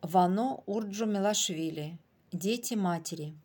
Вано Урджу-Мелашвили. Дети матери.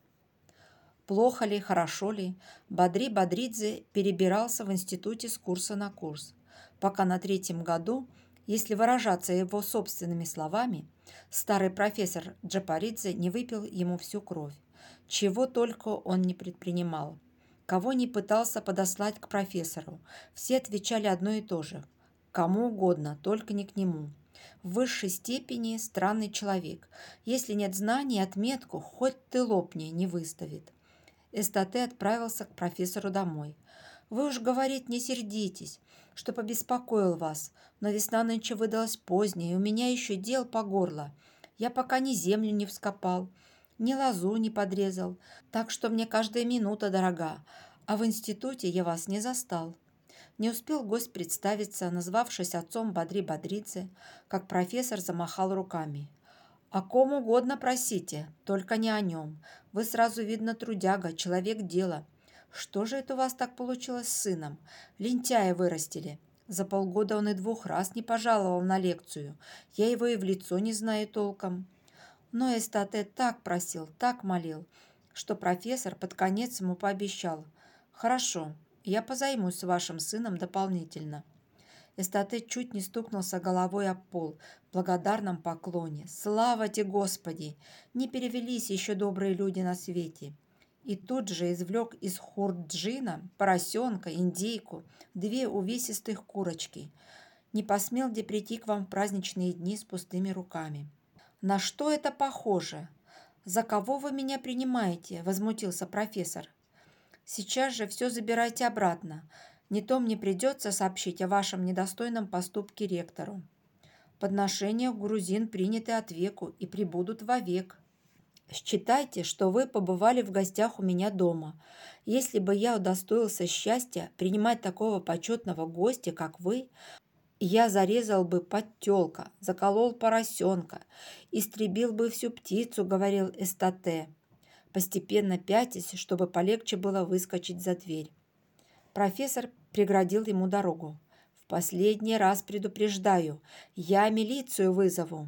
Плохо ли, хорошо ли, Бадри Бадридзе перебирался в институте с курса на курс, пока на третьем году, если выражаться его собственными словами, старый профессор Джапаридзе не выпил ему всю кровь, чего только он не предпринимал. Кого не пытался подослать к профессору, все отвечали одно и то же. Кому угодно, только не к нему. В высшей степени странный человек. Если нет знаний, отметку хоть ты лопни не выставит. Эстате отправился к профессору домой. «Вы уж, говорит, не сердитесь, что побеспокоил вас, но весна нынче выдалась поздняя, и у меня еще дел по горло. Я пока ни землю не вскопал, ни лозу не подрезал, так что мне каждая минута дорога, а в институте я вас не застал». Не успел гость представиться, назвавшись отцом Бадри Бадридзе, как профессор замахал руками. «О ком угодно просите, только не о нем. Вы сразу, видно, трудяга, человек дела. Что же это у вас так получилось с сыном? Лентяя вырастили. За полгода он и 2 раз не пожаловал на лекцию. Я его и в лицо не знаю толком». Но Эстате так просил, так молил, что профессор под конец ему пообещал: «Хорошо, я позаймусь вашим сыном дополнительно». Эстате чуть не стукнулся головой об пол в благодарном поклоне. «Слава тебе, Господи! Не перевелись еще добрые люди на свете!» И тут же извлек из хурджина поросенка, индейку, 2 увесистых курочки. «Не посмел где прийти к вам в праздничные дни с пустыми руками». «На что это похоже? За кого вы меня принимаете?» – возмутился профессор. «Сейчас же все забирайте обратно. Не то мне придется сообщить о вашем недостойном поступке ректору. Подношения грузин приняты от веку и пребудут вовек. Считайте, что вы побывали в гостях у меня дома. Если бы я удостоился счастья принимать такого почетного гостя, как вы, я зарезал бы подтелка, заколол поросенка, истребил бы всю птицу», — говорил Эстате, постепенно пятясь, чтобы полегче было выскочить за дверь. Профессор преградил ему дорогу. «В последний раз предупреждаю, я милицию вызову».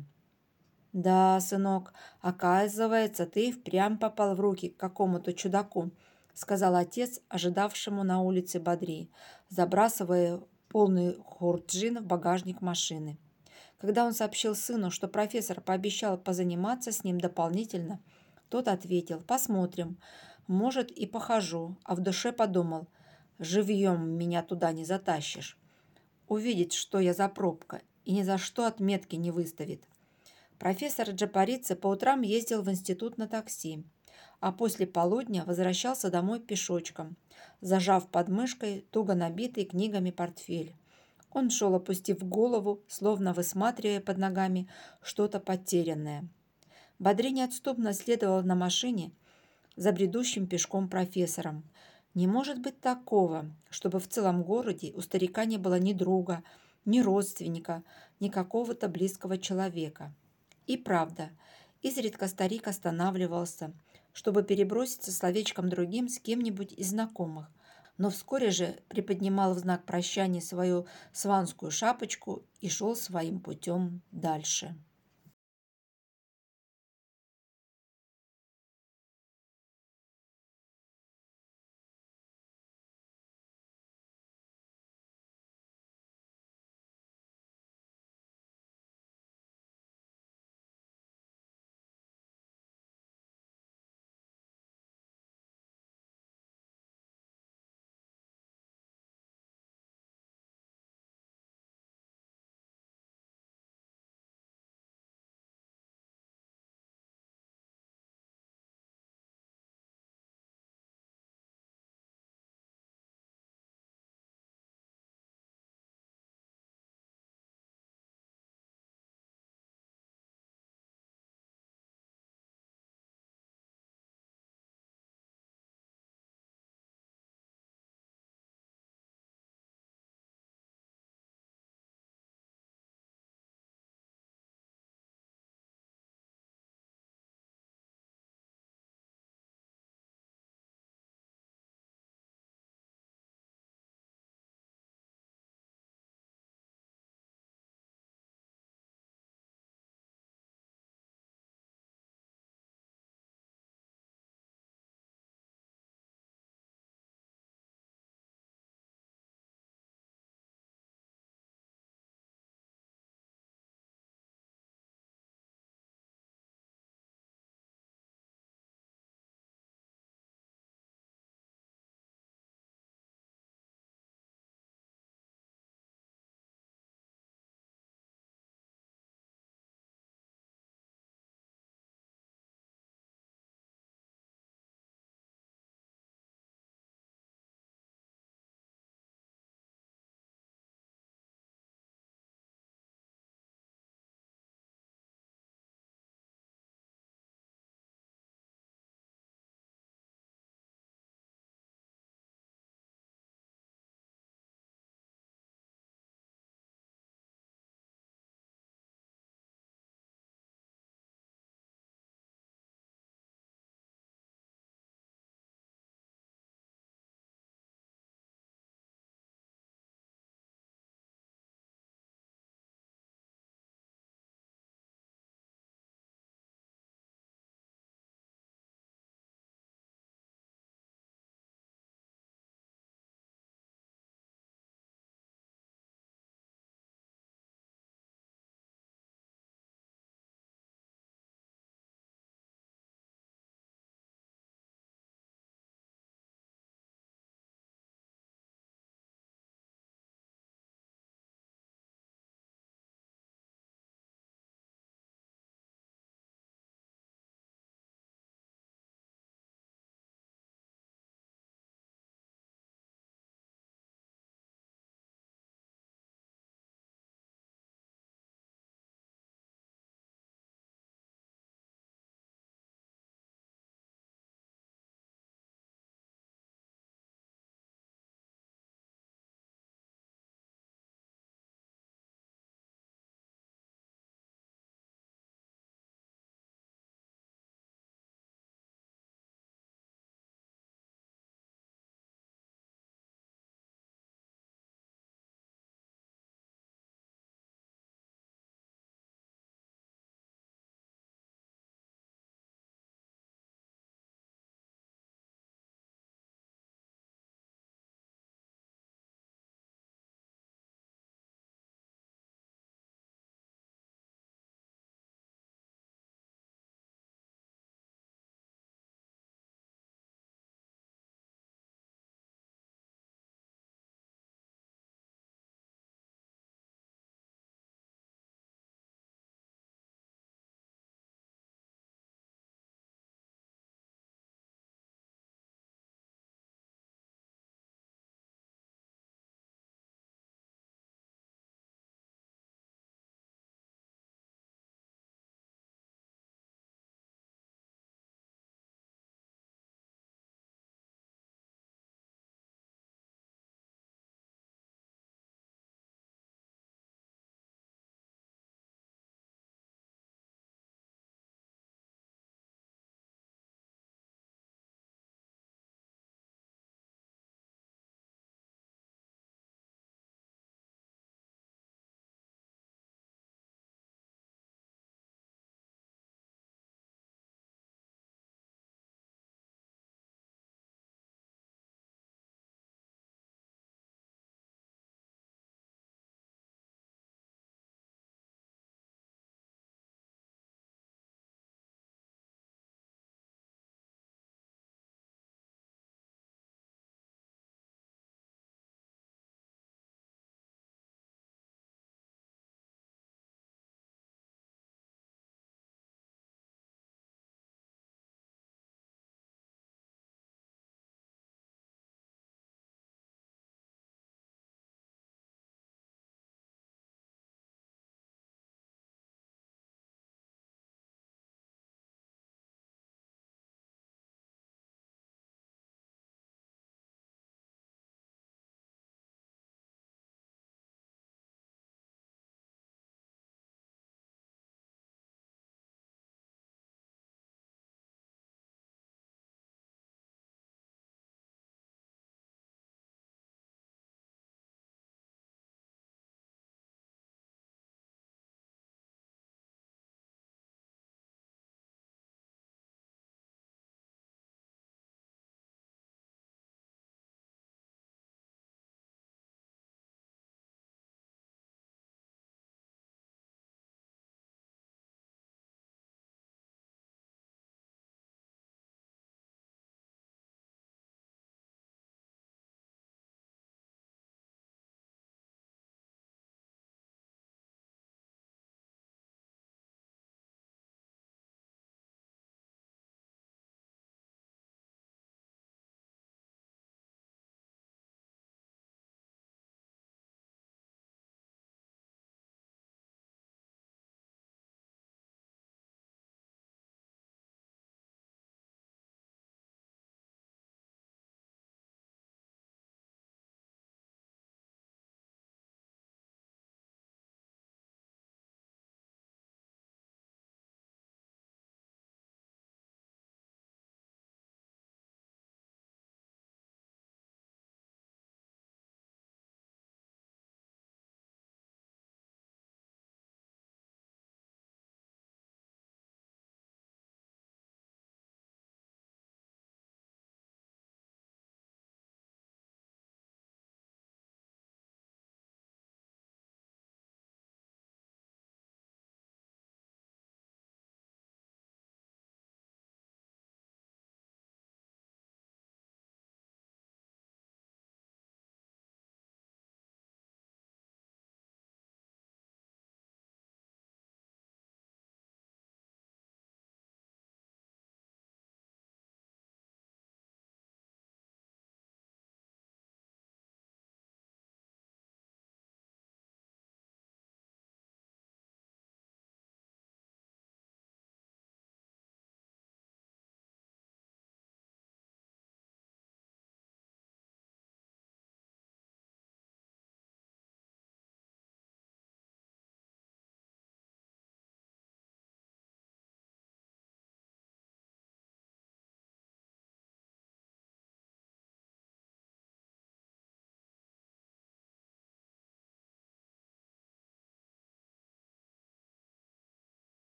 «Да, сынок, оказывается, ты впрямь попал в руки к какому-то чудаку», сказал отец, ожидавшему на улице Бадри, забрасывая полный хурджин в багажник машины. Когда он сообщил сыну, что профессор пообещал позаниматься с ним дополнительно, тот ответил: «Посмотрим. Может, и похожу», а в душе подумал: «Живьем меня туда не затащишь. Увидит, что я за пробка, и ни за что отметки не выставит». Профессор Джапаридзе по утрам ездил в институт на такси, а после полудня возвращался домой пешочком, зажав под мышкой туго набитый книгами портфель. Он шел, опустив голову, словно высматривая под ногами что-то потерянное. Бадри неотступно следовал на машине за бредущим пешком профессором. Не может быть такого, чтобы в целом городе у старика не было ни друга, ни родственника, ни какого-то близкого человека. И правда, изредка старик останавливался, чтобы переброситься словечком другим с кем-нибудь из знакомых, но вскоре же приподнимал в знак прощания свою сванскую шапочку и шел своим путем дальше.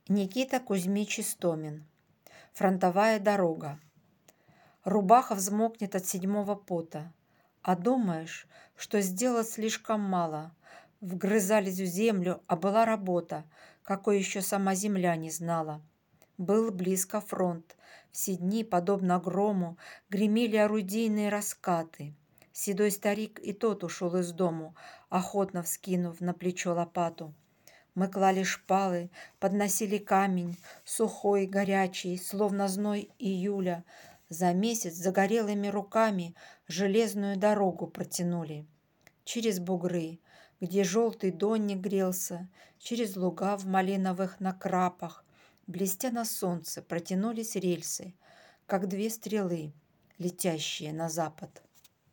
Никита Кузьмич Истомин. Фронтовая дорога. Рубаха взмокнет от седьмого пота, а думаешь, что сделать слишком мало. Вгрызались в землю, а была работа, какой еще сама земля не знала. Был близко фронт. Все дни, подобно грому, гремели орудийные раскаты. Седой старик и тот ушел из дому, охотно вскинув на плечо лопату. Мы клали шпалы, подносили камень, сухой, горячий, словно зной июля. За месяц загорелыми руками железную дорогу протянули. Через бугры, где желтый донник грелся, через луга в малиновых накрапах, блестя на солнце, протянулись рельсы, как две стрелы, летящие на запад.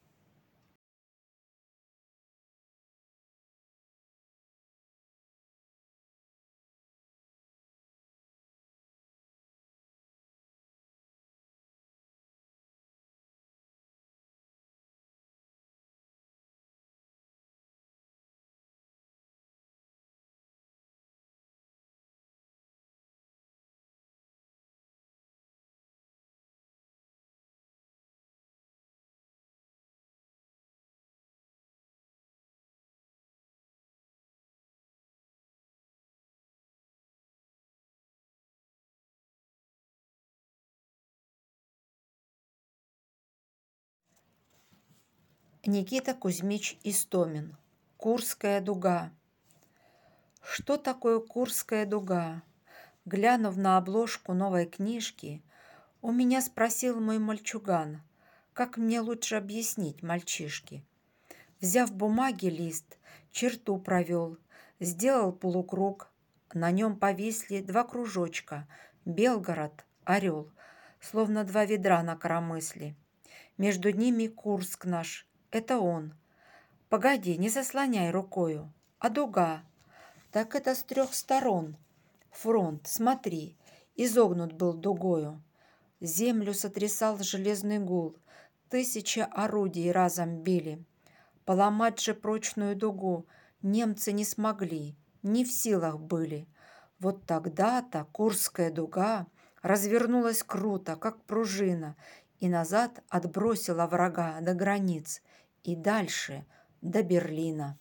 Никита Кузьмич Истомин. Курская дуга. Что такое Курская дуга? Глянув на обложку новой книжки, у меня спросил мой мальчуган, как мне лучше объяснить мальчишке. Взяв бумаги лист, черту провел, сделал полукруг, на нем повисли два кружочка, Белгород, Орел, словно два ведра на коромысле. Между ними Курск наш, это он. Погоди, не заслоняй рукою, а дуга. Так это с трех сторон. Фронт, смотри, изогнут был дугою. Землю сотрясал железный гул, тысячи орудий разом били. Поломать же прочную дугу немцы не смогли, не в силах были. Вот тогда-то Курская дуга развернулась круто, как пружина, и назад отбросила врага до границ и дальше, до Берлина.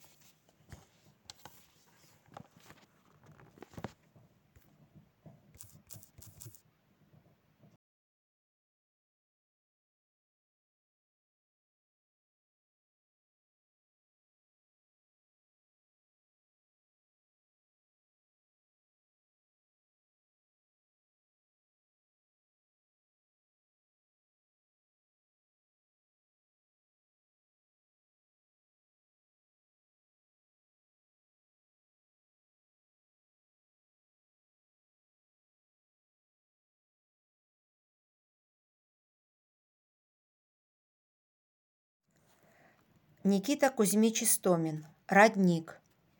Никита Кузьмич Истомин. Родник.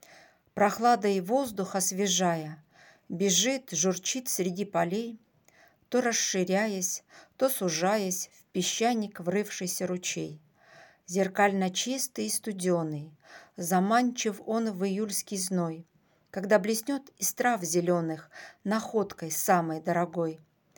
Прохладой воздух освежая, бежит, журчит среди полей, то расширяясь, то сужаясь в песчаник врывшийся ручей. Зеркально чистый и студеный, заманчив он в июльский зной, когда блеснет из трав зеленых находкой самой дорогой.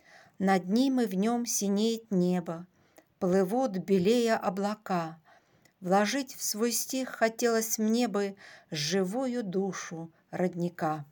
Над ним и в нем синеет небо, плывут белея облака. Вложить в свой стих хотелось мне бы живую душу родника.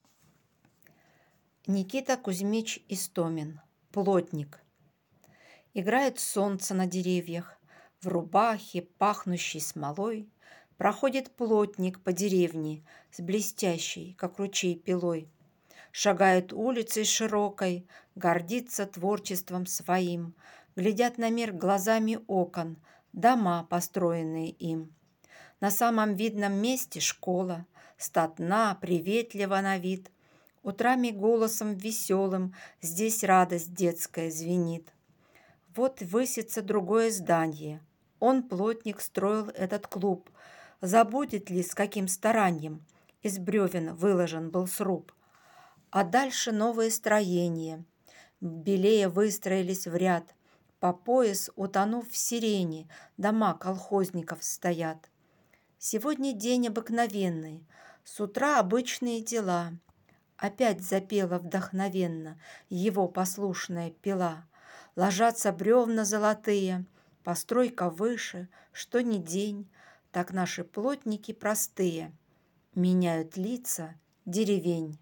Никита Кузьмич Истомин. Плотник. Играет солнце на деревьях, в рубахе, пахнущей смолой, проходит плотник по деревне с блестящей, как ручей, пилой. Шагает улицей широкой, гордится творчеством своим, глядят на мир глазами окон, дома, построенные им. На самом видном месте школа, статна, приветлива на вид. Утрами голосом веселым здесь радость детская звенит. Вот высится другое здание. Он, плотник, строил этот клуб. Забудет ли, с каким старанием из бревен выложен был сруб? А дальше новые строения. Белее выстроились в ряд. По пояс, утонув в сирени, дома колхозников стоят. Сегодня день обыкновенный, с утра обычные дела. Опять запела вдохновенно его послушная пила. Ложатся бревна золотые, постройка выше, что ни день, так наши плотники простые меняют лица деревень.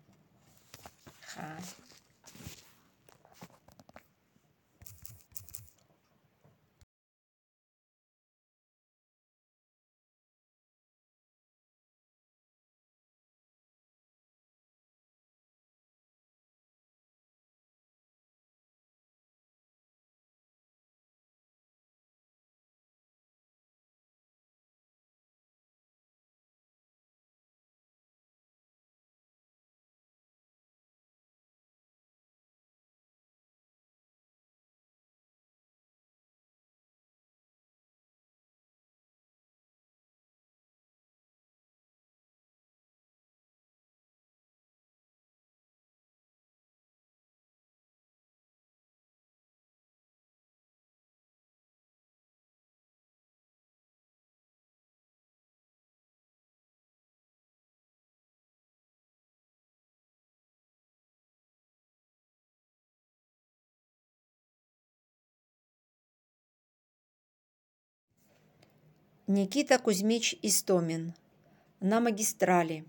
Никита Кузьмич Истомин. На магистрали.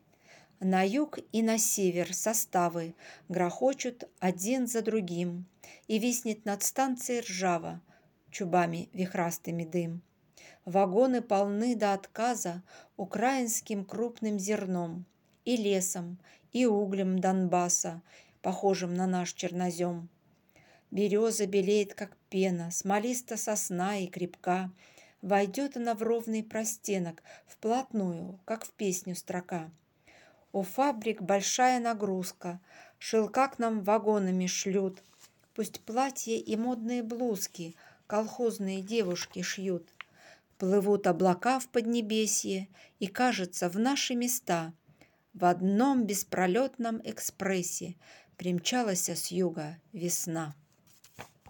На юг и на север составы грохочут один за другим, и виснет над станцией ржава чубами вихрастыми дым. Вагоны полны до отказа украинским крупным зерном, и лесом, и углем Донбасса, похожим на наш чернозем. Береза белеет, как пена, смолиста сосна и крепка. Войдет она в ровный простенок, вплотную, как в песню строка. У фабрик большая нагрузка, шелка к нам вагонами шлют. Пусть платья и модные блузки колхозные девушки шьют. Плывут облака в поднебесье, и, кажется, в наши места в одном беспролетном экспрессе примчалась с юга весна.